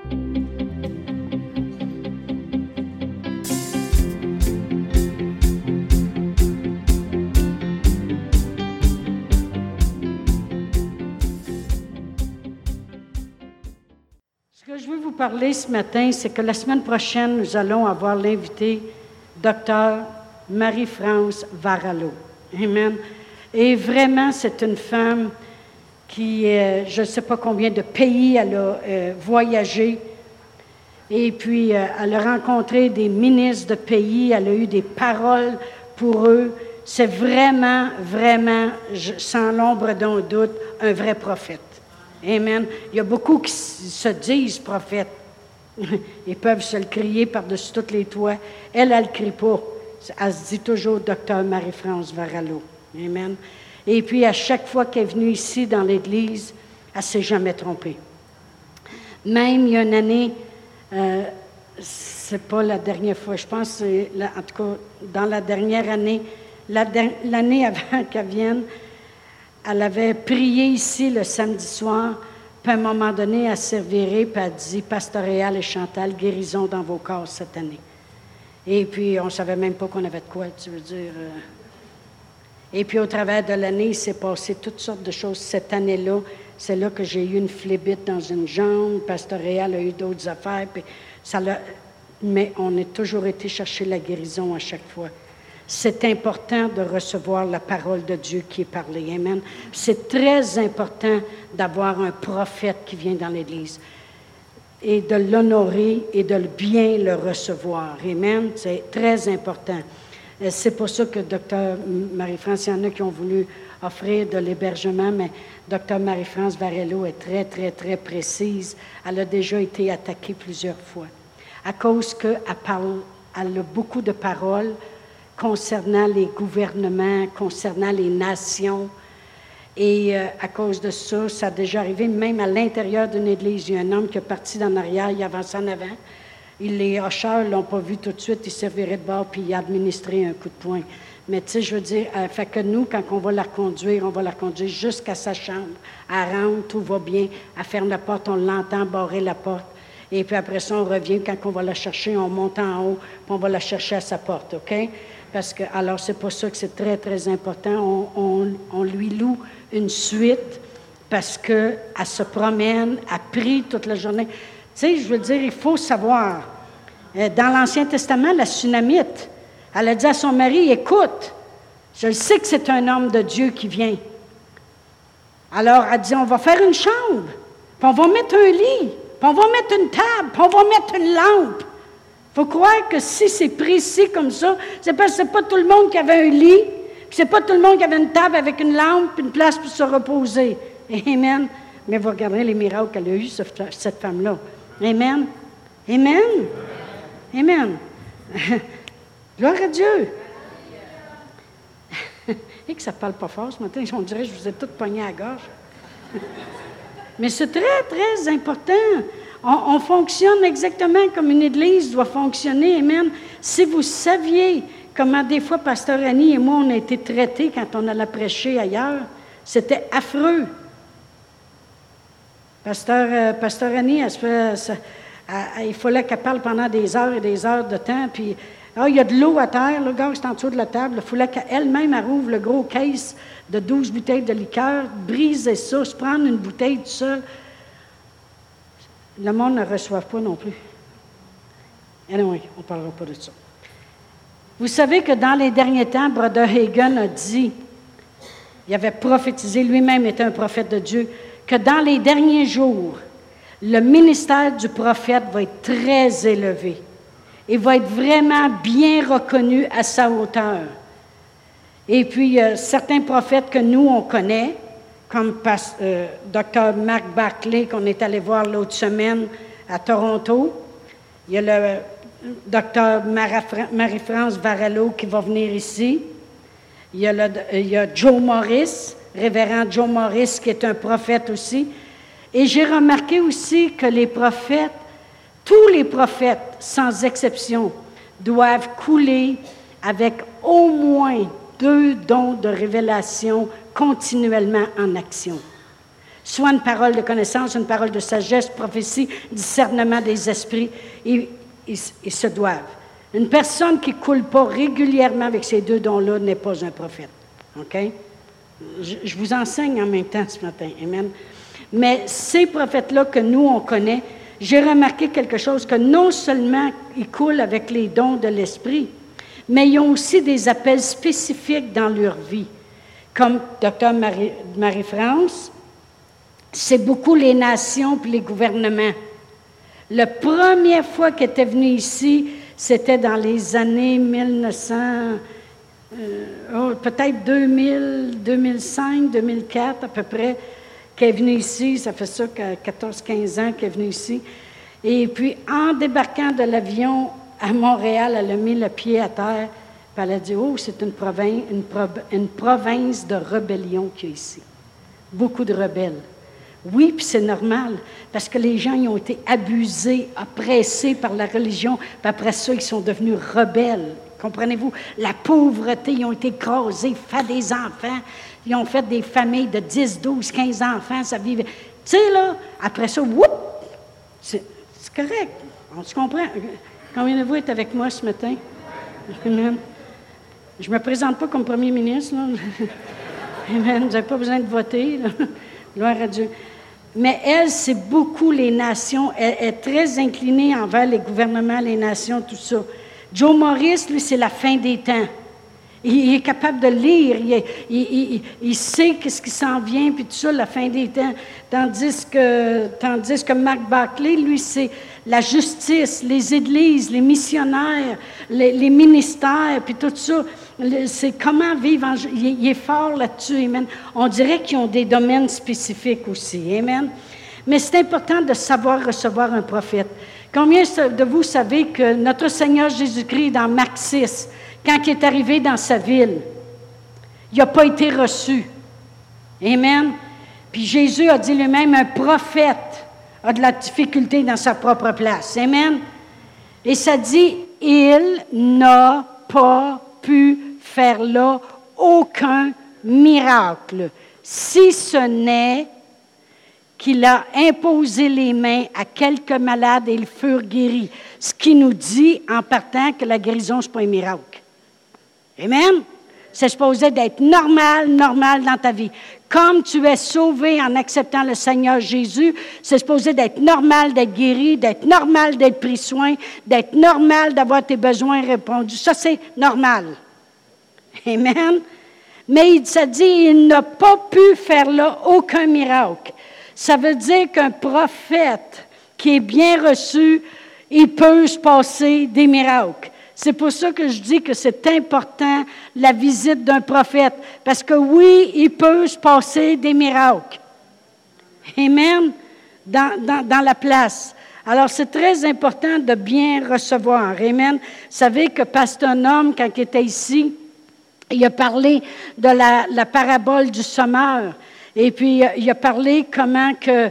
Ce que je veux vous parler ce matin, c'est que la semaine prochaine, nous allons avoir l'invité Dr. Marie-France Varallo. Amen. Et vraiment, c'est une femme qui, je ne sais pas combien de pays elle a voyagé. Et puis, elle a rencontré des ministres de pays, elle a eu des paroles pour eux. C'est vraiment, vraiment, sans l'ombre d'un doute, un vrai prophète. Amen. Il y a beaucoup qui se disent prophètes. Ils peuvent se le crier par-dessus tous les toits. Elle ne le crie pas. Elle se dit toujours Dr. Marie-France Varallo. Amen. Et puis, à chaque fois qu'elle est venue ici dans l'Église, elle ne s'est jamais trompée. Même, il y a une année, c'est pas la dernière fois, je pense, en tout cas, dans la dernière année, l'année avant qu'elle vienne, elle avait prié ici le samedi soir, puis à un moment donné, elle s'est revirée, puis elle dit, Pasteur Réal et Chantal, guérison dans vos corps cette année. Et puis, on ne savait même pas qu'on avait de quoi, tu veux dire. Et puis, au travers de l'année, il s'est passé toutes sortes de choses. Cette année-là, c'est là que j'ai eu une phlébite dans une jambe. Pasteur Réal a eu d'autres affaires. Puis mais on a toujours été chercher la guérison à chaque fois. C'est important de recevoir la parole de Dieu qui est parlée. Amen. C'est très important d'avoir un prophète qui vient dans l'Église et de l'honorer et de bien le recevoir. Amen. C'est très important. C'est pour ça que Dr. Marie-France, il y en a qui ont voulu offrir de l'hébergement, mais Dr. Marie-France Varallo est très, très, très précise. Elle a déjà été attaquée plusieurs fois à cause qu'elle a beaucoup de paroles concernant les gouvernements, concernant les nations. Et à cause de ça, ça a déjà arrivé, même à l'intérieur d'une église. Il y a un homme qui est parti en arrière, il avance en avant. Les ushers ne l'ont pas vu tout de suite, il servirait de bord, puis il a administré un coup de poing. Mais tu sais, je veux dire, fait que nous, quand on va la conduire jusqu'à sa chambre. Elle rentre, tout va bien, elle ferme la porte, on l'entend barrer la porte. Et puis après ça, on revient, quand on va la chercher, on monte en haut, puis on va la chercher à sa porte, OK? Parce que, alors, c'est pour ça que c'est très, très important. On lui loue une suite parce qu'elle se promène, elle prie toute la journée. Tu sais, je veux dire, il faut savoir. Dans l'Ancien Testament, la Sunamite, elle a dit à son mari, écoute, je sais que c'est un homme de Dieu qui vient. Alors, elle dit, on va faire une chambre, puis on va mettre un lit, puis on va mettre une table, puis on va mettre une lampe. Il faut croire que si c'est précis comme ça, c'est parce que c'est pas tout le monde qui avait un lit, puis c'est pas tout le monde qui avait une table avec une lampe, puis une place pour se reposer. Amen. Mais vous regarderez les miracles qu'elle a eus, cette femme-là. Amen. Amen. Amen. Gloire à Dieu. Et que ça ne parle pas fort ce matin, on dirait que je vous ai toutes pogné à la gorge. Mais c'est très, très important. On fonctionne exactement comme une église doit fonctionner. Amen. Si vous saviez comment des fois Pasteur Annie et moi, on a été traités quand on allait prêcher ailleurs, c'était affreux. Pasteur Annie, il fallait qu'elle parle pendant des heures et des heures de temps, puis il y a de l'eau à terre, le gars c'est en dessous de la table, il fallait qu'elle-même rouvre le gros case de 12 bouteilles de liqueur, briser ça, se prendre une bouteille tout seul. Le monde ne reçoit pas non plus. Anyway, on ne parlera pas de ça. Vous savez que dans les derniers temps, Brother Hagin a dit, il avait prophétisé, lui-même était un prophète de Dieu, que dans les derniers jours, le ministère du prophète va être très élevé et va être vraiment bien reconnu à sa hauteur. Et puis, il y a certains prophètes que nous, on connaît, comme Dr. Mark Barclay, qu'on est allé voir l'autre semaine à Toronto. Il y a le Dr. Marie-France Varallo qui va venir ici. Il y a Joe Morris, révérend Joe Morris, qui est un prophète aussi. Et j'ai remarqué aussi que les prophètes, tous les prophètes, sans exception, doivent couler avec au moins 2 dons de révélation continuellement en action. soit une parole de connaissance, une parole de sagesse, prophétie, discernement des esprits. Ils se doivent. Une personne qui ne coule pas régulièrement avec ces deux dons-là n'est pas un prophète. OK? Je vous enseigne en même temps ce matin. Amen. Mais ces prophètes-là que nous, on connaît, j'ai remarqué quelque chose, que non seulement ils coulent avec les dons de l'esprit, mais ils ont aussi des appels spécifiques dans leur vie. Comme Dr. Marie-France, c'est beaucoup les nations et les gouvernements. La première fois qu'elle était venue ici, c'était dans les années 1900, peut-être 2000, 2005, 2004 à peu près, qu'elle est venue ici. Ça fait ça 14-15 ans qu'elle est venue ici. Et puis, en débarquant de l'avion à Montréal, elle a mis le pied à terre, puis elle a dit, « Oh, c'est une province de rébellion qu'il y a ici. Beaucoup de rebelles. » Oui, puis c'est normal, parce que les gens ils ont été abusés, oppressés par la religion, puis après ça, ils sont devenus rebelles. Comprenez-vous? La pauvreté, ils ont été écrasés, fait des enfants, ils ont fait des familles de 10, 12, 15 enfants, ça vivait. Tu sais, là, après ça, whoop! C'est correct, on se comprend. Combien de vous êtes avec moi ce matin? Amen. Je ne me présente pas comme premier ministre, là. Amen. Vous n'avez pas besoin de voter, là. Gloire à Dieu. Mais elle, c'est beaucoup les nations. Elle est très inclinée envers les gouvernements, les nations, tout ça. Joe Morris, lui, c'est la fin des temps. Il est capable de lire. Il sait ce qui s'en vient, puis tout ça, la fin des temps. Tandis que Mark Barclay, lui, c'est la justice, les églises, les missionnaires, les ministères, puis tout ça. C'est comment vivre. Il est fort là-dessus, amen. On dirait qu'ils ont des domaines spécifiques aussi, amen. Mais c'est important de savoir recevoir un prophète. Combien de vous savez que notre Seigneur Jésus-Christ, dans Marc 6, quand il est arrivé dans sa ville, il n'a pas été reçu. Amen. Puis Jésus a dit lui-même, un prophète a de la difficulté dans sa propre place. Amen. Et ça dit, il n'a pas pu faire là aucun miracle, si ce n'est qu'il a imposé les mains à quelques malades et ils furent guéris. Ce qui nous dit en partant que la guérison, ce n'est pas un miracle. Amen? C'est supposé d'être normal dans ta vie. Comme tu es sauvé en acceptant le Seigneur Jésus, c'est supposé d'être normal d'être guéri, d'être normal d'être pris soin, d'être normal d'avoir tes besoins répondus. Ça, c'est normal. Amen? Mais ça dit, il n'a pas pu faire là aucun miracle. Ça veut dire qu'un prophète qui est bien reçu, il peut se passer des miracles. C'est pour ça que je dis que c'est important, la visite d'un prophète. Parce que oui, il peut se passer des miracles. Amen? Dans la place. Alors, c'est très important de bien recevoir. Amen? Vous savez que Pasteur Norm, quand il était ici, il a parlé de la parabole du semeur. Et puis, il a parlé comment que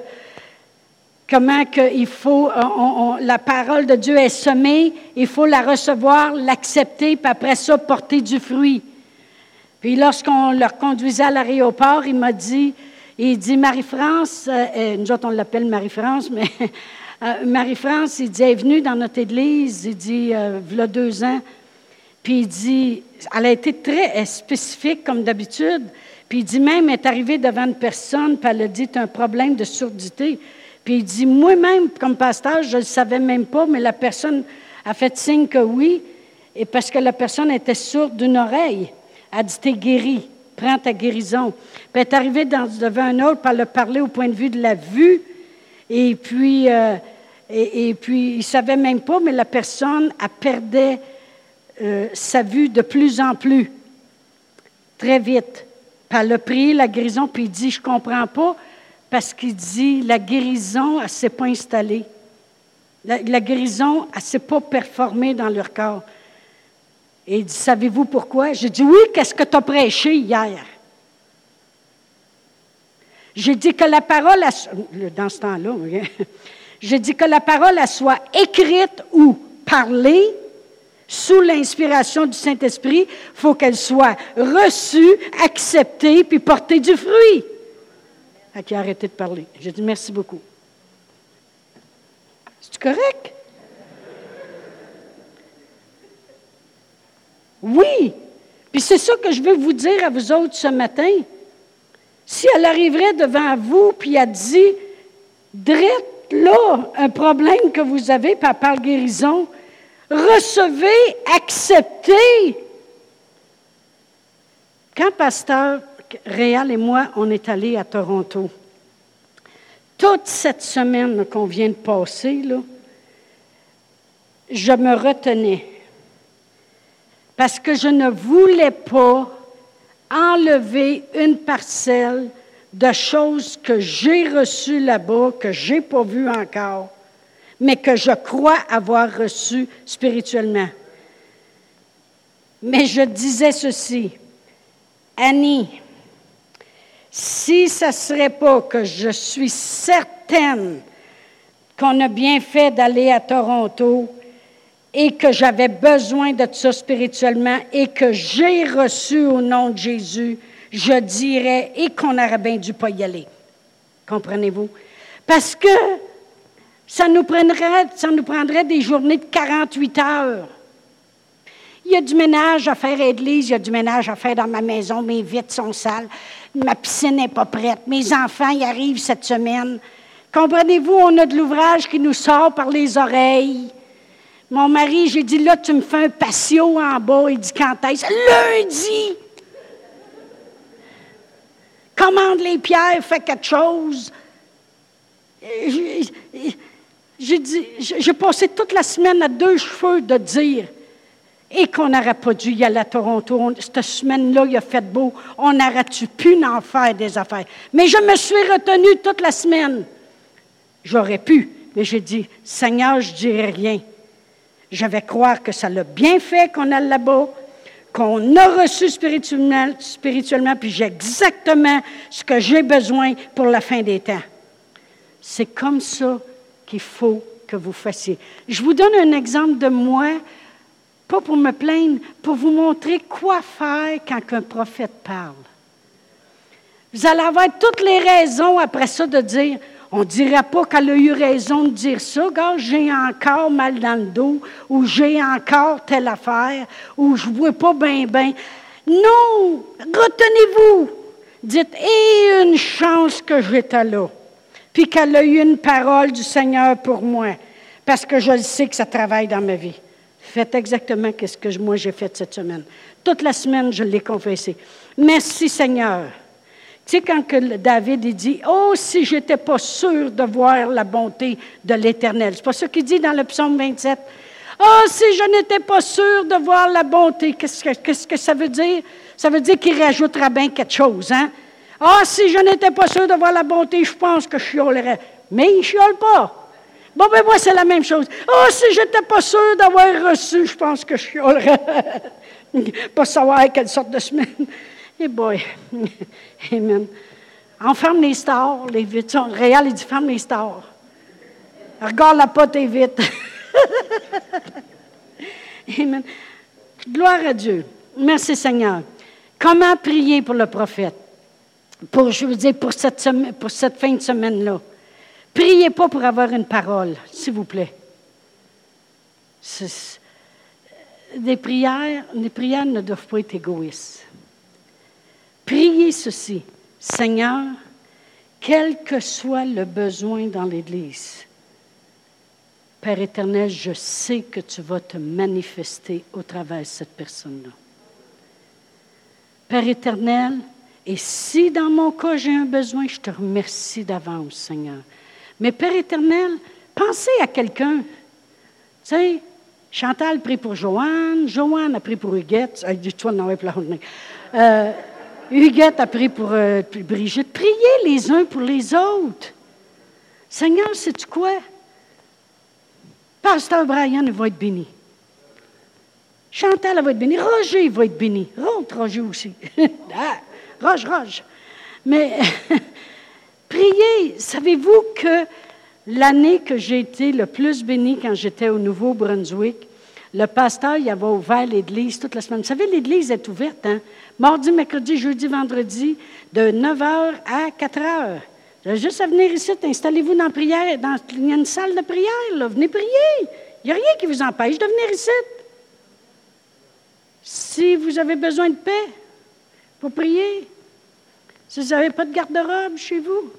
il faut, la parole de Dieu est semée, il faut la recevoir, l'accepter, puis après ça, porter du fruit. Puis lorsqu'on le conduisait à l'aéroport, il dit, Marie-France, nous autres on l'appelle Marie-France, mais Marie-France, il dit, elle est venue dans notre église, il dit, il y a 2 ans, puis il dit, elle a été très spécifique comme d'habitude, puis il dit même, elle est arrivée devant une personne, puis elle a dit, tu as un problème de surdité. Puis il dit, moi-même, comme pasteur, je ne le savais même pas, mais la personne a fait signe que oui, et parce que la personne était sourde d'une oreille. Elle a dit, t'es guéri, prends ta guérison. Puis elle est arrivée devant un autre, puis elle a parlé au point de vue de la vue, et puis il ne savait même pas, mais la personne, elle perdait sa vue de plus en plus, très vite. Puis elle a prié la guérison, puis il dit, je ne comprends pas, parce qu'il dit, la guérison, elle ne s'est pas installée. La guérison, elle ne s'est pas performée dans leur corps. Et il dit, savez-vous pourquoi? J'ai dit, oui, qu'est-ce que tu as prêché hier? J'ai dit que la parole, dans ce temps-là, j'ai dit que la parole, elle soit écrite ou parlée, sous l'inspiration du Saint-Esprit, il faut qu'elle soit reçue, acceptée, puis porter du fruit. qui a arrêté de parler. J'ai dit merci beaucoup. C'est-tu correct? Oui. Puis c'est ça que je veux vous dire à vous autres ce matin. Si elle arriverait devant vous, puis elle dit, drette là, un problème que vous avez, puis elle parle guérison, recevez, acceptez. Quand Pasteur Réal et moi, on est allés à Toronto, toute cette semaine qu'on vient de passer, là, je me retenais parce que je ne voulais pas enlever une parcelle de choses que j'ai reçues là-bas, que je n'ai pas vues encore, mais que je crois avoir reçues spirituellement. Mais je disais ceci, Annie, si ça ne serait pas que je suis certaine qu'on a bien fait d'aller à Toronto et que j'avais besoin de ça spirituellement et que j'ai reçu au nom de Jésus, je dirais et qu'on aurait bien dû pas y aller. Comprenez-vous? Parce que ça nous prendrait des journées de 48 heures. Il y a du ménage à faire à l'église, il y a du ménage à faire dans ma maison, mes vitres sont sales, ma piscine n'est pas prête, mes enfants y arrivent cette semaine. Comprenez-vous, on a de l'ouvrage qui nous sort par les oreilles. Mon mari, j'ai dit, là, tu me fais un patio en bas. Il dit, quand est-ce? Lundi! Commande les pierres, fais quelque chose. J'ai passé toute la semaine à deux cheveux de dire et qu'on n'aurait pas dû y aller à Toronto. Cette semaine-là, il a fait beau. On aurait-tu pu en faire des affaires? Mais je me suis retenue toute la semaine. J'aurais pu, mais j'ai dit, Seigneur, je ne dirai rien. Je vais croire que ça l'a bien fait qu'on aille là-bas, qu'on a reçu spirituellement, puis j'ai exactement ce que j'ai besoin pour la fin des temps. C'est comme ça qu'il faut que vous fassiez. Je vous donne un exemple de moi, pas pour me plaindre, pour vous montrer quoi faire quand un prophète parle. Vous allez avoir toutes les raisons après ça de dire, on ne dira pas qu'elle a eu raison de dire ça, gars, j'ai encore mal dans le dos, ou j'ai encore telle affaire, ou je ne vois pas bien. Non, retenez-vous. Dites, et une chance que j'étais là, puis qu'elle a eu une parole du Seigneur pour moi, parce que je le sais que ça travaille dans ma vie. Faites exactement ce que moi j'ai fait cette semaine. Toute la semaine, je l'ai confessé. Merci Seigneur. Tu sais, quand que David il dit « Oh, si je n'étais pas sûr de voir la bonté de l'Éternel. » C'est pas ça qu'il dit dans le psaume 27. « Oh, si je n'étais pas sûr de voir la bonté. » Qu'est-ce que ça veut dire? Ça veut dire qu'il rajoutera bien quelque chose, hein? « Ah, si je n'étais pas sûr de voir la bonté, je pense que je chiolerais. » Mais il ne chiole pas. Bon, ben moi, c'est la même chose. « Ah, si je n'étais pas sûr d'avoir reçu, je pense que je chiolerais. » Pas savoir quelle sorte de semaine. Eh boy, amen. On ferme les stores, les vitres. Réal, il dit, ferme les stores. Regarde la pote et vite. Amen. Gloire à Dieu. Merci Seigneur. Comment prier pour le prophète? Pour cette fin de semaine-là. Priez pas pour avoir une parole, s'il vous plaît. Les prières ne doivent pas être égoïstes. Priez ceci, Seigneur, quel que soit le besoin dans l'Église, Père éternel, je sais que tu vas te manifester au travers de cette personne-là. Père éternel, et si dans mon cas j'ai un besoin, je te remercie d'avance, Seigneur. Mais Père éternel, pensez à quelqu'un. Tu sais, Chantal prie pour Joanne a pris pour Huguette. Elle dit, toi, non, Huguette a prié pour Brigitte. Priez les uns pour les autres. Seigneur, sais-tu quoi? Pasteur Brian, il va être béni. Chantal, elle va être bénie. Roger, il va être béni. Roger aussi. Roger. Mais priez. Savez-vous que l'année que j'ai été le plus bénie quand j'étais au Nouveau-Brunswick, le pasteur, il avait ouvert l'église toute la semaine. Vous savez, l'église est ouverte, hein? Mardi, mercredi, jeudi, vendredi, de 9h à 4h. Vous avez juste à venir ici, installez-vous dans la prière, il y a une salle de prière, là, venez prier. Il n'y a rien qui vous empêche de venir ici. Si vous avez besoin de paix, pour prier. Si vous n'avez pas de garde-robe chez vous.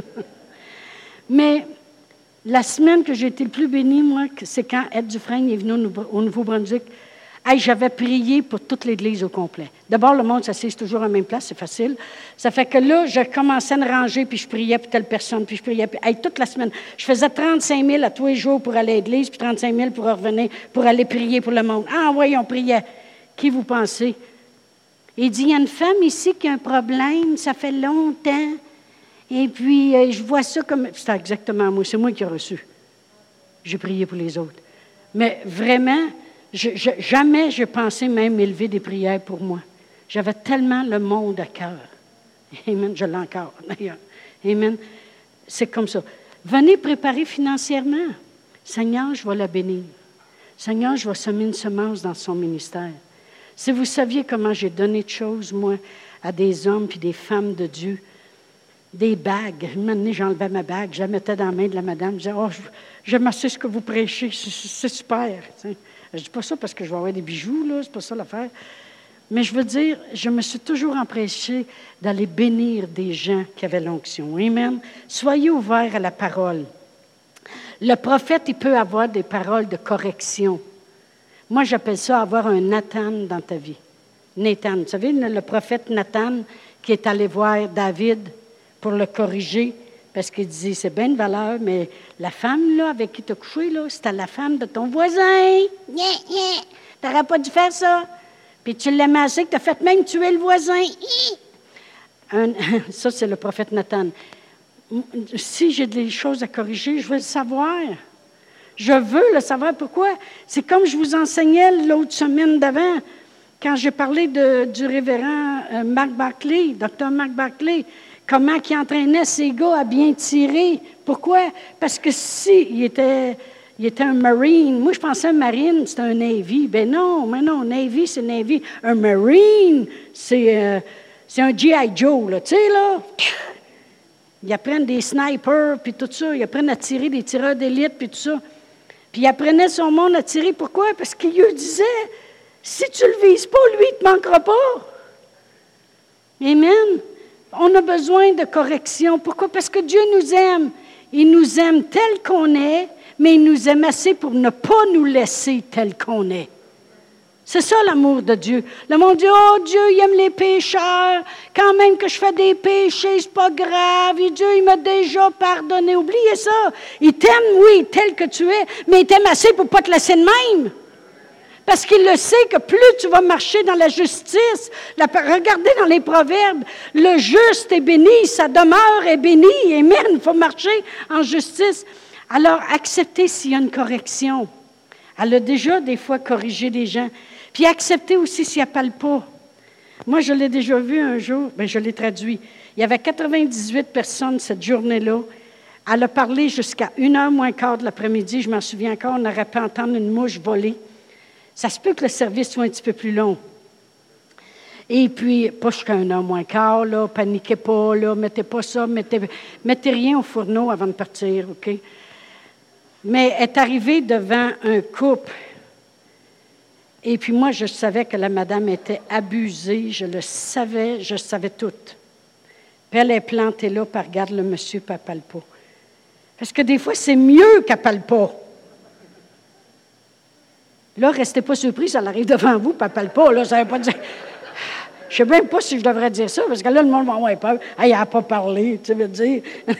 Mais la semaine que j'ai été le plus bénie, moi, c'est quand Ed Dufresne est venu au Nouveau-Brunswick. Hey, j'avais prié pour toute l'Église au complet. D'abord, le monde s'assise toujours à la même place, c'est facile. Ça fait que là, je commençais à me ranger, puis je priais pour telle personne, puis je priais. Hey, toute la semaine, je faisais 35 000 à tous les jours pour aller à l'Église, puis 35 000 pour revenir, pour aller prier pour le monde. Ah oui, on priait. Qui vous pensez? Il dit, il y a une femme ici qui a un problème, ça fait longtemps. Et puis, je vois ça comme... C'était exactement moi, c'est moi qui ai reçu. J'ai prié pour les autres. Mais vraiment, jamais je pensais même élever des prières pour moi. J'avais tellement le monde à cœur. Amen, je l'ai encore d'ailleurs. Amen. C'est comme ça. Venez préparer financièrement. Seigneur, je vais la bénir. Seigneur, je vais semer une semence dans son ministère. Si vous saviez comment j'ai donné de choses, moi, à des hommes puis des femmes de Dieu, des bagues. Une année, j'enlevais ma bague, je la mettais dans la main de la madame, je disais, « Oh, j'aime assez ce que vous prêchez, c'est super. » Je ne dis pas ça parce que je vais avoir des bijoux, là, c'est pas ça l'affaire. Mais je veux dire, je me suis toujours empressée d'aller bénir des gens qui avaient l'onction. Amen. Soyez ouverts à la parole. Le prophète, il peut avoir des paroles de correction. Moi, j'appelle ça avoir un Nathan dans ta vie. Nathan. Vous savez, le prophète Nathan qui est allé voir David pour le corriger parce qu'il dit, c'est bien de valeur, mais la femme là, avec qui tu as couché, là, c'était la femme de ton voisin. Tu n'aurais pas dû faire ça. Puis tu l'aimais assez que tu as fait même tuer le voisin. Ça, c'est le prophète Nathan. Si j'ai des choses à corriger, je veux le savoir. Je veux le savoir. Pourquoi? C'est comme je vous enseignais l'autre semaine d'avant, quand j'ai parlé du révérend Mark Barclay, Dr. Mark Barclay, comment il entraînait ces gars à bien tirer. Pourquoi? Parce que il était un Marine. Moi, je pensais un Marine, c'était un Navy. Ben non, Navy, c'est Navy. Un Marine, c'est un G.I. Joe, là. Tu sais, là, ils apprennent des snipers, puis tout ça. Ils apprennent à tirer des tireurs d'élite, puis tout ça. Puis il apprenait son monde à tirer. Pourquoi? Parce qu'il lui disait, si tu ne le vises pas, lui, il ne te manquera pas. Amen. On a besoin de correction. Pourquoi? Parce que Dieu nous aime. Il nous aime tel qu'on est, mais il nous aime assez pour ne pas nous laisser tel qu'on est. C'est ça l'amour de Dieu. Le monde dit, oh Dieu, il aime les pécheurs. Quand même que je fais des péchés, c'est pas grave. Et Dieu, il m'a déjà pardonné. Oubliez ça. Il t'aime, oui, tel que tu es, mais il t'aime assez pour ne pas te laisser de même. Parce qu'il le sait que plus tu vas marcher dans la justice, regardez dans les proverbes, le juste est béni, sa demeure est bénie. Amen, il faut marcher en justice. Alors, acceptez s'il y a une correction. Elle a déjà des fois corrigé des gens. Puis acceptez aussi s'il n'y a pas le pas. Moi, je l'ai déjà vu un jour, bien, je l'ai traduit. Il y avait 98 personnes cette journée-là. Elle a parlé jusqu'à 1h moins quart de l'après-midi. Je m'en souviens encore, on aurait pu entendre une mouche voler. Ça se peut que le service soit un petit peu plus long. Et puis, pas jusqu'à 1h moins quart, là, paniquez pas, là, mettez pas ça, mettez rien au fourneau avant de partir, OK? Mais elle est arrivée devant un couple. Et puis moi, je savais que la madame était abusée, je le savais, je savais tout. Puis elle est plantée là, puis elle regarde le monsieur, puis elle parle pas. Parce que des fois, c'est mieux qu'elle parle pas. Là, restez pas surpris, ça arrive devant vous, puis elle parle pas. Là, ça veut pas dire... Je sais même pas si je devrais dire ça, parce que là, le monde va avoir peur. Hey, elle n'a pas parlé, tu veux dire.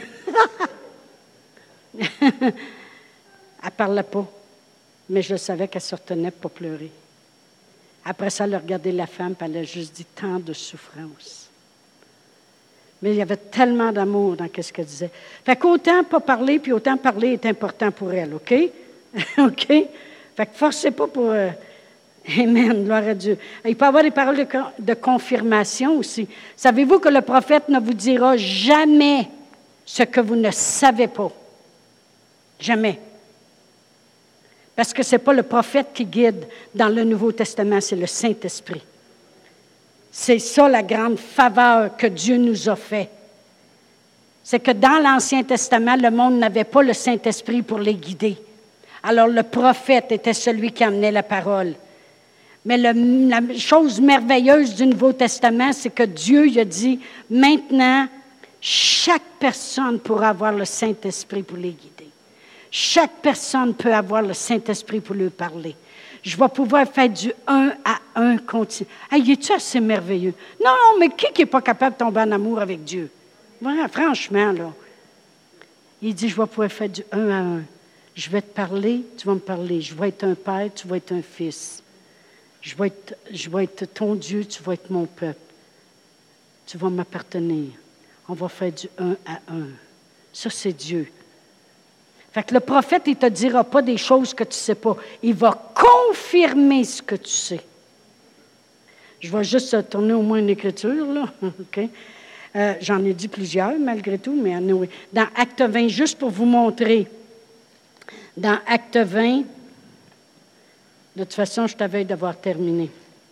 Elle ne parlait pas, mais je savais qu'elle se retenait pour pas pleurer. Après ça, elle a regardé la femme, puis elle a juste dit tant de souffrance. Mais il y avait tellement d'amour dans ce qu'elle disait. Fait qu'autant pas parler, puis autant parler est important pour elle, OK? OK? Fait que forcez pas pour... Amen, gloire à Dieu. Il peut y avoir des paroles de confirmation aussi. Savez-vous que le prophète ne vous dira jamais ce que vous ne savez pas? Jamais. Parce que ce n'est pas le prophète qui guide dans le Nouveau Testament, c'est le Saint-Esprit. C'est ça la grande faveur que Dieu nous a fait. c'est que dans l'Ancien Testament, le monde n'avait pas le Saint-Esprit pour les guider. Alors, le prophète était celui qui amenait la parole. Mais la chose merveilleuse du Nouveau Testament, c'est que Dieu il a dit, maintenant, chaque personne pourra avoir le Saint-Esprit pour les guider. Chaque personne peut avoir le Saint-Esprit pour lui parler. Je vais pouvoir faire du 1 à 1 continu. Hey, es-tu assez merveilleux? Non, mais qui n'est pas capable de tomber en amour avec Dieu? Voilà, franchement, là. Il dit, je vais pouvoir faire du 1 à 1. Je vais te parler, tu vas me parler. Je vais être un père, tu vas être un fils. Je vais être ton Dieu, tu vas être mon peuple. Tu vas m'appartenir. On va faire du 1 à 1. Ça, c'est Dieu. Fait que le prophète, il ne te dira pas des choses que tu ne sais pas. Il va confirmer ce que tu sais. Je vais juste tourner au moins une écriture, là. OK? J'en ai dit plusieurs, malgré tout, mais anyway. Dans Acte 20, juste pour vous montrer. Dans Acte 20, de toute façon, je t'avais d'avoir terminé.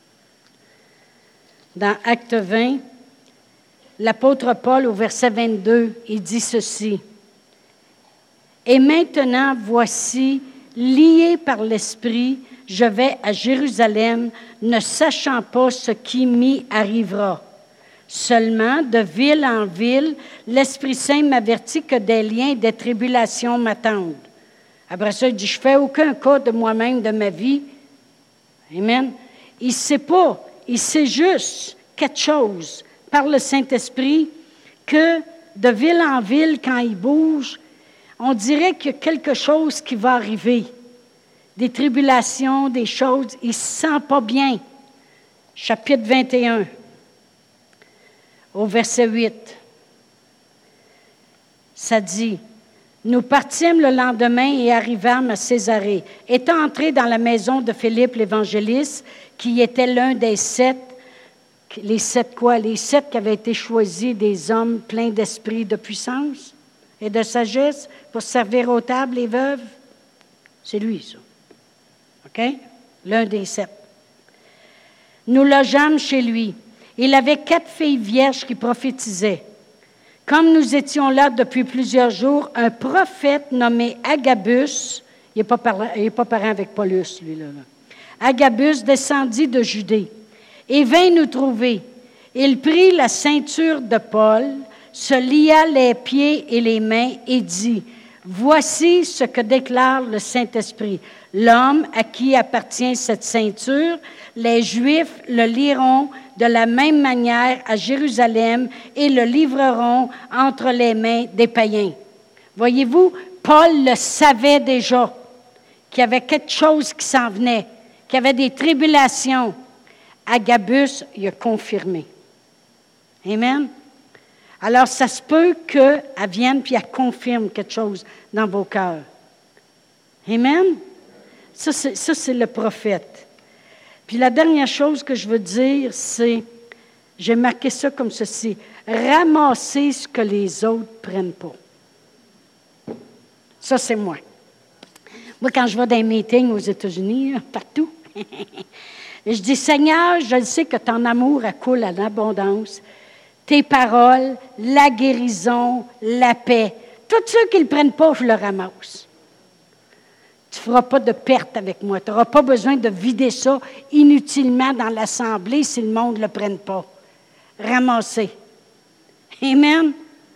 Dans Acte 20, l'apôtre Paul, au verset 22, il dit ceci. « Et maintenant, voici, lié par l'Esprit, je vais à Jérusalem, ne sachant pas ce qui m'y arrivera. Seulement, de ville en ville, l'Esprit Saint m'avertit que des liens et des tribulations m'attendent. » Après ça, il dit, je ne fais aucun cas de moi-même, de ma vie. Amen. Il ne sait pas, il sait juste quelque chose par le Saint-Esprit que de ville en ville, quand il bouge, on dirait qu'il y a quelque chose qui va arriver. Des tribulations, des choses, il ne se sent pas bien. Chapitre 21, au verset 8, ça dit, « Nous partîmes le lendemain et arrivâmes à Césarée. Étant entrés dans la maison de Philippe l'évangéliste, qui était l'un des 7, les 7 quoi? Les 7 qui avaient été choisis des hommes pleins d'esprit, de puissance et de sagesse pour servir aux tables les veuves. C'est lui, ça. OK? L'un des 7. Nous logeâmes chez lui. Il avait 4 filles vierges qui prophétisaient. Comme nous étions là depuis plusieurs jours, un prophète nommé Agabus, il n'est pas parent avec Paulus, lui-là. Agabus descendit de Judée et vint nous trouver. Il prit la ceinture de Paul, se lia les pieds et les mains et dit, « Voici ce que déclare le Saint-Esprit. L'homme à qui appartient cette ceinture, les Juifs le liront de la même manière à Jérusalem et le livreront entre les mains des païens. » Voyez-vous, Paul le savait déjà, qu'il y avait quelque chose qui s'en venait, qu'il y avait des tribulations. Agabus, il a confirmé. Amen. Alors, ça se peut qu'elle vienne puis elle confirme quelque chose dans vos cœurs. Amen. Ça, c'est le prophète. Puis la dernière chose que je veux dire, c'est, j'ai marqué ça comme ceci, ramasser ce que les autres ne prennent pas. Ça, c'est moi. Moi, quand je vais dans les meetings aux États-Unis, partout, je dis, Seigneur, je le sais que ton amour coule en abondance, tes paroles, la guérison, la paix. Tous ceux qui ne le prennent pas, je le ramasse. Tu ne feras pas de perte avec moi. Tu n'auras pas besoin de vider ça inutilement dans l'assemblée si le monde ne le prenne pas. Ramasser. Amen.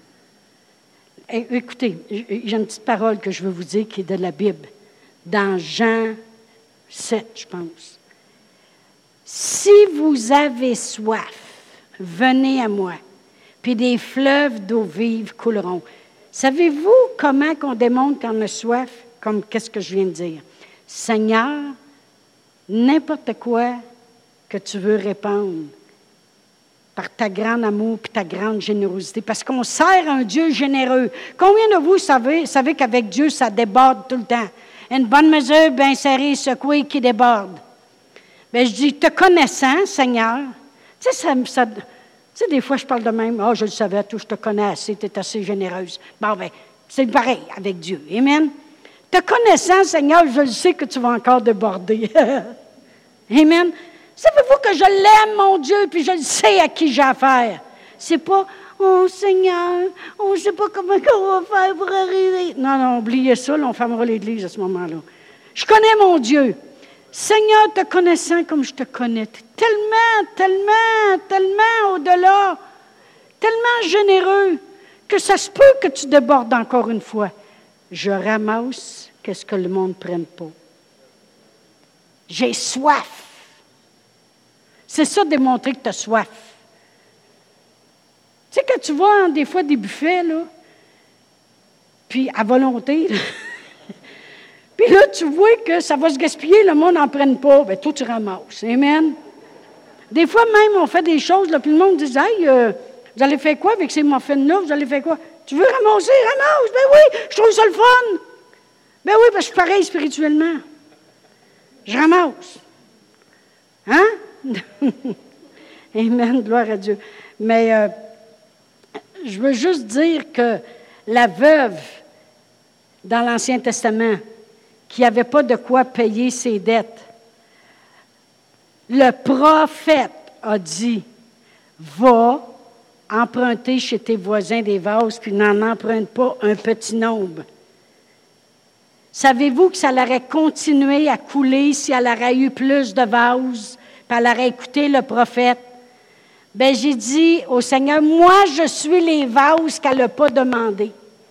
Écoutez, j'ai une petite parole que je veux vous dire qui est de la Bible. Dans Jean 7, je pense. Si vous avez soif, venez à moi, puis des fleuves d'eau vive couleront. Savez-vous comment on démontre qu'on a soif? Comme qu'est-ce que je viens de dire? Seigneur, n'importe quoi que tu veux répandre par ta grande amour et ta grande générosité, parce qu'on sert un Dieu généreux. Combien de vous savez qu'avec Dieu, ça déborde tout le temps? Une bonne mesure, bien serrée, secouée, qui déborde. Bien, je dis, te connaissant, Seigneur, tu sais, des fois, je parle de même, je le savais, je te connais assez, tu es assez généreuse. Bon, bien, c'est pareil avec Dieu. Amen. Te connaissant, Seigneur, je le sais que tu vas encore déborder. Amen. Savez-vous que je l'aime, mon Dieu, puis je le sais à qui j'ai affaire. C'est pas, Oh Seigneur, on ne sait pas comment on va faire pour arriver. Non, oubliez ça, là, on fermera l'église à ce moment-là. Je connais mon Dieu. Seigneur, te connaissant comme je te connais, tellement au-delà, tellement généreux, que ça se peut que tu débordes encore une fois. Je ramasse qu'est-ce que le monde ne prenne pas. J'ai soif. C'est ça, démontrer que tu as soif. Tu sais, quand tu vois des fois des buffets, là, puis à volonté, là, puis là, tu vois que ça va se gaspiller, le monde n'en prenne pas, bien, toi, tu ramasses. Amen. Des fois, même, on fait des choses, là, puis le monde dit, hey, vous allez faire quoi avec ces muffins-là? Vous allez faire quoi? Tu veux ramasser? Ramasse! Ben oui, je trouve ça le fun. Ben oui, parce que je suis pareil spirituellement. Je ramasse. Hein? Amen, gloire à Dieu. Mais je veux juste dire que la veuve, dans l'Ancien Testament, qui n'avait pas de quoi payer ses dettes, le prophète a dit, va emprunter chez tes voisins des vases, puis n'en emprunte pas un petit nombre. Savez-vous que ça l'aurait continué à couler si elle aurait eu plus de vases, puis elle aurait écouté le prophète? Bien, j'ai dit au Seigneur, moi, je suis les vases qu'elle n'a pas demandé.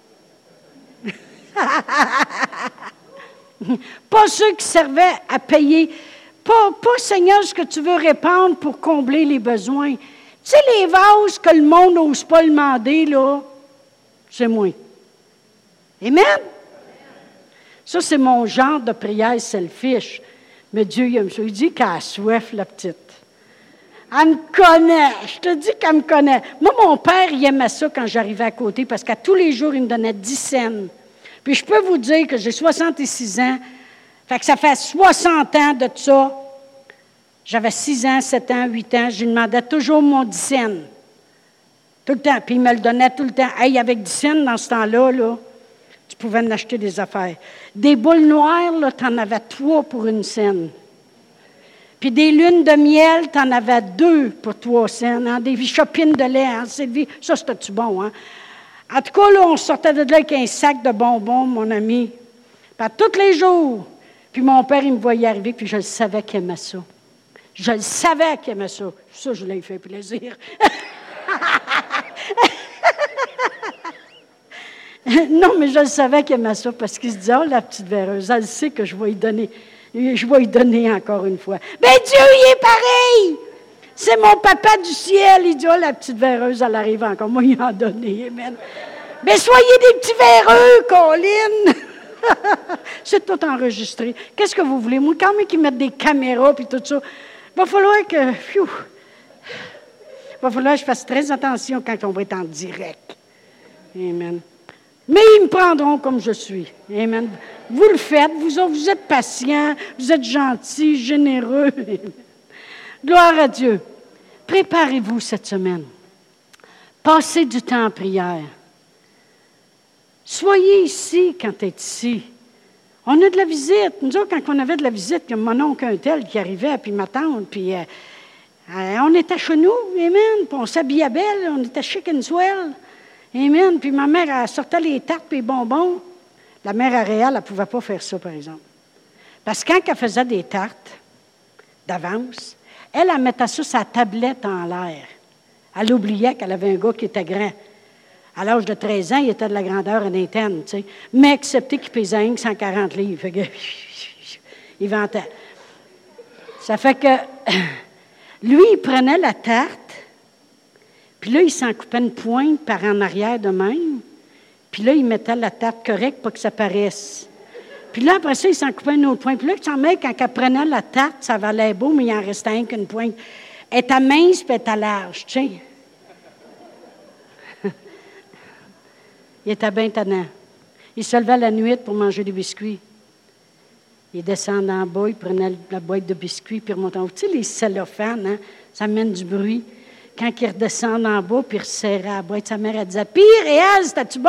Pas ceux qui servaient à payer. Pas, Seigneur, ce que tu veux répandre pour combler les besoins. Tu sais, les vases que le monde n'ose pas demander, là, c'est moi. Amen? Ça, c'est mon genre de prière selfish. Mais Dieu, il aime ça. Il dit qu'elle a soif, la petite. Elle me connaît. Je te dis qu'elle me connaît. Moi, mon père, il aimait ça quand j'arrivais à côté parce qu'à tous les jours, il me donnait 10 cents. Puis je peux vous dire que j'ai 66 ans. Fait que ça fait 60 ans de ça. J'avais 6 ans, 7 ans, 8 ans. Je lui demandais toujours mon 10 cents. Tout le temps. Puis il me le donnait tout le temps. Hey, avec 10 cents dans ce temps-là, là, tu pouvais en acheter des affaires. Des boules noires, là, tu en avais 3 pour 1 cent. Puis des lunes de miel, tu en avais 2 pour 3 cents. Hein? Des chopines de lait, hein, Sylvie. Ça, c'était-tu bon, hein? En tout cas, là, on sortait de là avec un sac de bonbons, mon ami. Puis tous les jours. Puis mon père, il me voyait arriver, puis je le savais qu'il aimait ça. Je le savais qu'il aimait ça. Ça, je lui ai fait plaisir. Non, mais je le savais qu'il aimait ça, parce qu'il se disait, oh, la petite véreuse, elle sait que je vais lui donner. Je vais lui donner encore une fois. Ben Dieu, il est pareil! C'est mon papa du ciel. Il dit, oh, la petite véreuse, elle arrive encore. Moi, il en a donné. Amen. Mais soyez des petits véreux, Colin. C'est tout enregistré. Qu'est-ce que vous voulez? Moi, quand même qu'ils mettent des caméras et tout ça, il va falloir que... Il va falloir que je fasse très attention quand on va être en direct. Amen. Mais ils me prendront comme je suis. Amen. Vous le faites. Vous êtes patients. Vous êtes gentils, généreux. Gloire à Dieu. Préparez-vous cette semaine. Passez du temps en prière. Soyez ici quand tu es ici. On a de la visite. Nous autres, quand on avait de la visite, il y a mon oncle un tel qui arrivait, puis ma tante, puis on était chez nous, amen, puis on s'habillait belle, on était chic and swell, amen, puis ma mère, elle sortait les tartes et les bonbons. La mère Aréal, elle ne pouvait pas faire ça, par exemple. Parce que quand elle faisait des tartes d'avance, elle mettait ça sa tablette en l'air. Elle oubliait qu'elle avait un gars qui était grand. À l'âge de 13 ans, il était de la grandeur à l'interne, tu sais. Mais excepté qu'il pesait 140 livres. Fait que, il vantait. Ça fait que, lui, il prenait la tarte, puis là, il s'en coupait une pointe par en arrière de même, puis là, il mettait la tarte correcte pour que ça paraisse. Puis là, après ça, il s'en coupait une autre pointe. Puis là, quand elle prenait la tarte, ça valait beau, mais il en restait rien qu'une pointe. Elle était mince, puis elle était large, tu sais. Il était bien tannant. Il se levait la nuit pour manger des biscuits. Il descendait en bas, il prenait la boîte de biscuits, puis il remontait en haut. Tu sais, les cellophanes, hein, ça mène du bruit. Quand il redescend en bas, puis il resserrait la boîte, sa mère, elle disait « Pire, Réal, c'était-tu bon? »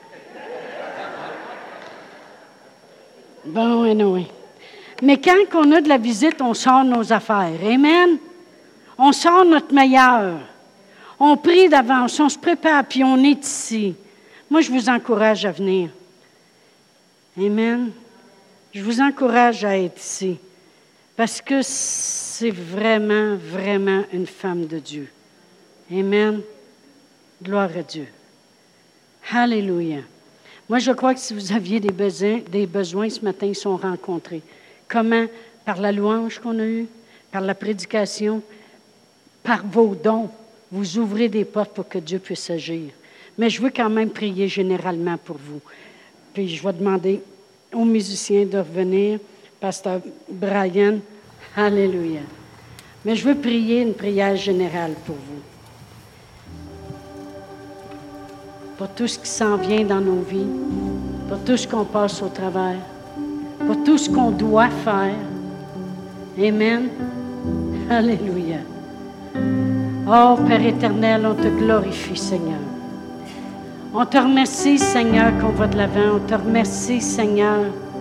Bon, oui. Mais quand on a de la visite, on sort nos affaires. Amen? On sort notre meilleur. On prie d'avance, on se prépare, puis on est ici. Moi, je vous encourage à venir. Amen. Je vous encourage à être ici. Parce que c'est vraiment, vraiment une femme de Dieu. Amen. Gloire à Dieu. Alléluia. Moi, je crois que si vous aviez des besoins ce matin, ils sont rencontrés. Comment? Par la louange qu'on a eue, par la prédication, par vos dons. Vous ouvrez des portes pour que Dieu puisse agir. Mais je veux quand même prier généralement pour vous. Puis je vais demander aux musiciens de revenir. Pasteur Brian, alléluia. Mais je veux prier une prière générale pour vous. Pour tout ce qui s'en vient dans nos vies, pour tout ce qu'on passe au travers, pour tout ce qu'on doit faire. Amen. Alléluia. Oh, Père éternel, on te glorifie, Seigneur. On te remercie, Seigneur, qu'on va de l'avant. On te remercie, Seigneur,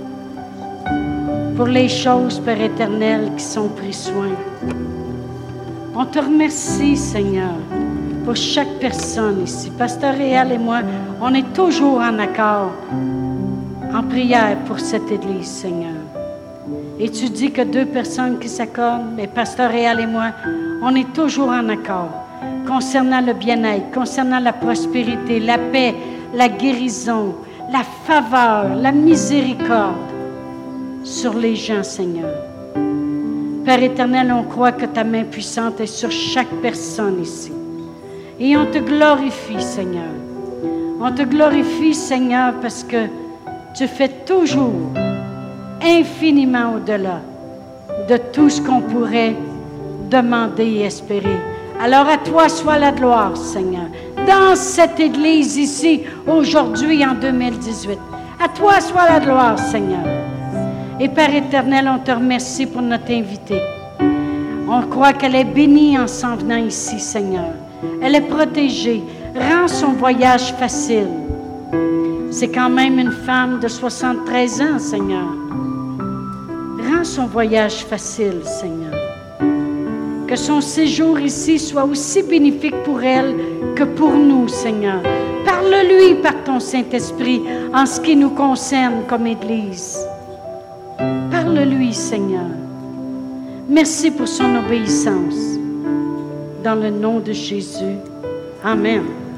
pour les choses, Père éternel, qui sont pris soin. On te remercie, Seigneur, pour chaque personne ici. Pasteur Réal et moi, on est toujours en accord, en prière pour cette Église, Seigneur. Et tu dis que 2 personnes qui s'accordent, mais Pasteur Réal et moi, on est toujours en accord concernant le bien-être, concernant la prospérité, la paix, la guérison, la faveur, la miséricorde sur les gens, Seigneur. Père éternel, on croit que ta main puissante est sur chaque personne ici. Et on te glorifie, Seigneur. On te glorifie, Seigneur, parce que tu fais toujours infiniment au-delà de tout ce qu'on pourrait demander et espérer. Alors à toi soit la gloire, Seigneur, dans cette Église ici, aujourd'hui, en 2018. À toi soit la gloire, Seigneur. Et Père éternel, on te remercie pour notre invitée. On croit qu'elle est bénie en s'en venant ici, Seigneur. Elle est protégée. Rends son voyage facile. C'est quand même une femme de 73 ans, Seigneur. Rends son voyage facile, Seigneur. Que son séjour ici soit aussi bénéfique pour elle que pour nous, Seigneur. Parle-lui par ton Saint-Esprit en ce qui nous concerne comme Église. Parle-lui, Seigneur. Merci pour son obéissance. Dans le nom de Jésus. Amen.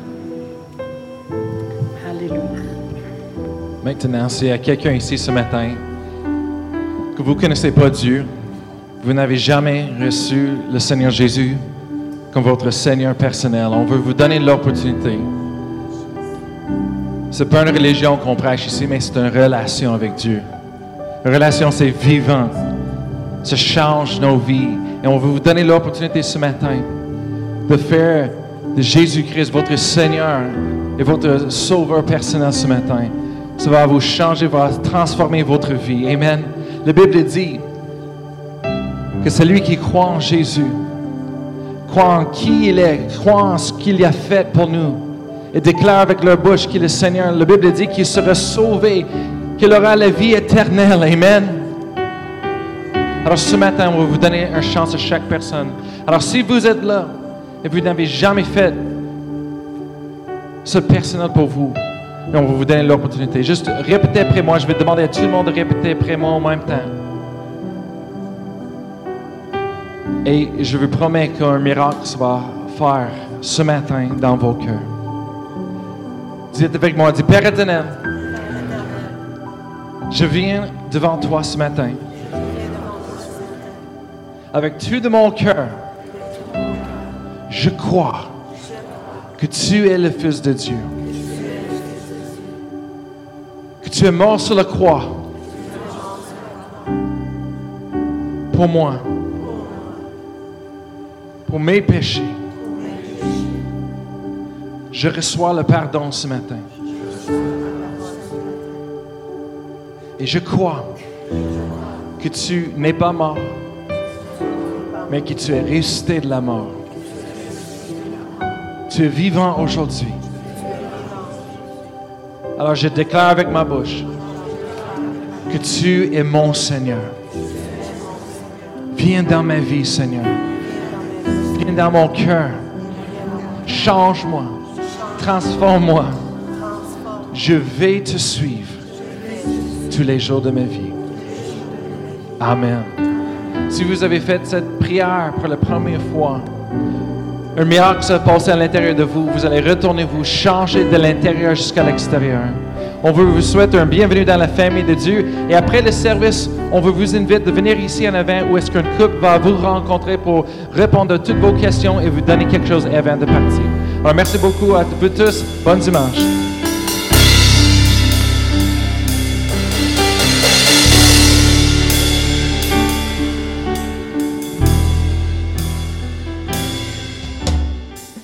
Alléluia. Maintenant, s'il y a quelqu'un ici ce matin que vous ne connaissez pas Dieu, vous n'avez jamais reçu le Seigneur Jésus comme votre Seigneur personnel, on veut vous donner l'opportunité. Ce n'est pas une religion qu'on prêche ici, mais c'est une relation avec Dieu. Une relation, c'est vivant. Ça change nos vies. Et on veut vous donner l'opportunité ce matin de faire de Jésus-Christ votre Seigneur et votre Sauveur personnel ce matin. Ça va vous changer, va transformer votre vie. Amen. La Bible dit que celui qui croit en Jésus, croit en qui il est, croit en ce qu'il a fait pour nous et déclare avec leur bouche qu'il est Seigneur. La Bible dit qu'il sera sauvé, qu'il aura la vie éternelle. Amen. Alors ce matin, on va vous donner une chance à chaque personne. Alors si vous êtes là et vous n'avez jamais fait ce personnel pour vous, on va vous donner l'opportunité. Juste répétez après moi. Je vais demander à tout le monde de répéter après moi en même temps. Et je vous promets qu'un miracle se va faire ce matin dans vos cœurs. Dites avec moi, dites, Père éternel, je viens devant toi ce matin. Avec tout de mon cœur, je crois que tu es le Fils de Dieu. Que tu es mort sur la croix pour moi, pour mes péchés. Je reçois le pardon ce matin. Et je crois que tu n'es pas mort, mais que tu es ressuscité de la mort. Tu es vivant aujourd'hui. Alors je déclare avec ma bouche que tu es mon Seigneur. Viens dans ma vie, Seigneur. Viens dans mon cœur. Change-moi. Transforme-moi. Je vais te suivre tous les jours de ma vie. Amen. Si vous avez fait cette prière pour la première fois, un miracle s'est passé à l'intérieur de vous. Vous allez retourner vous changer de l'intérieur jusqu'à l'extérieur. On veut vous souhaiter un bienvenue dans la famille de Dieu. Et après le service, on veut vous inviter de venir ici en avant où est-ce qu'un couple va vous rencontrer pour répondre à toutes vos questions et vous donner quelque chose avant de partir. Alors, merci beaucoup à vous tous. Bon dimanche.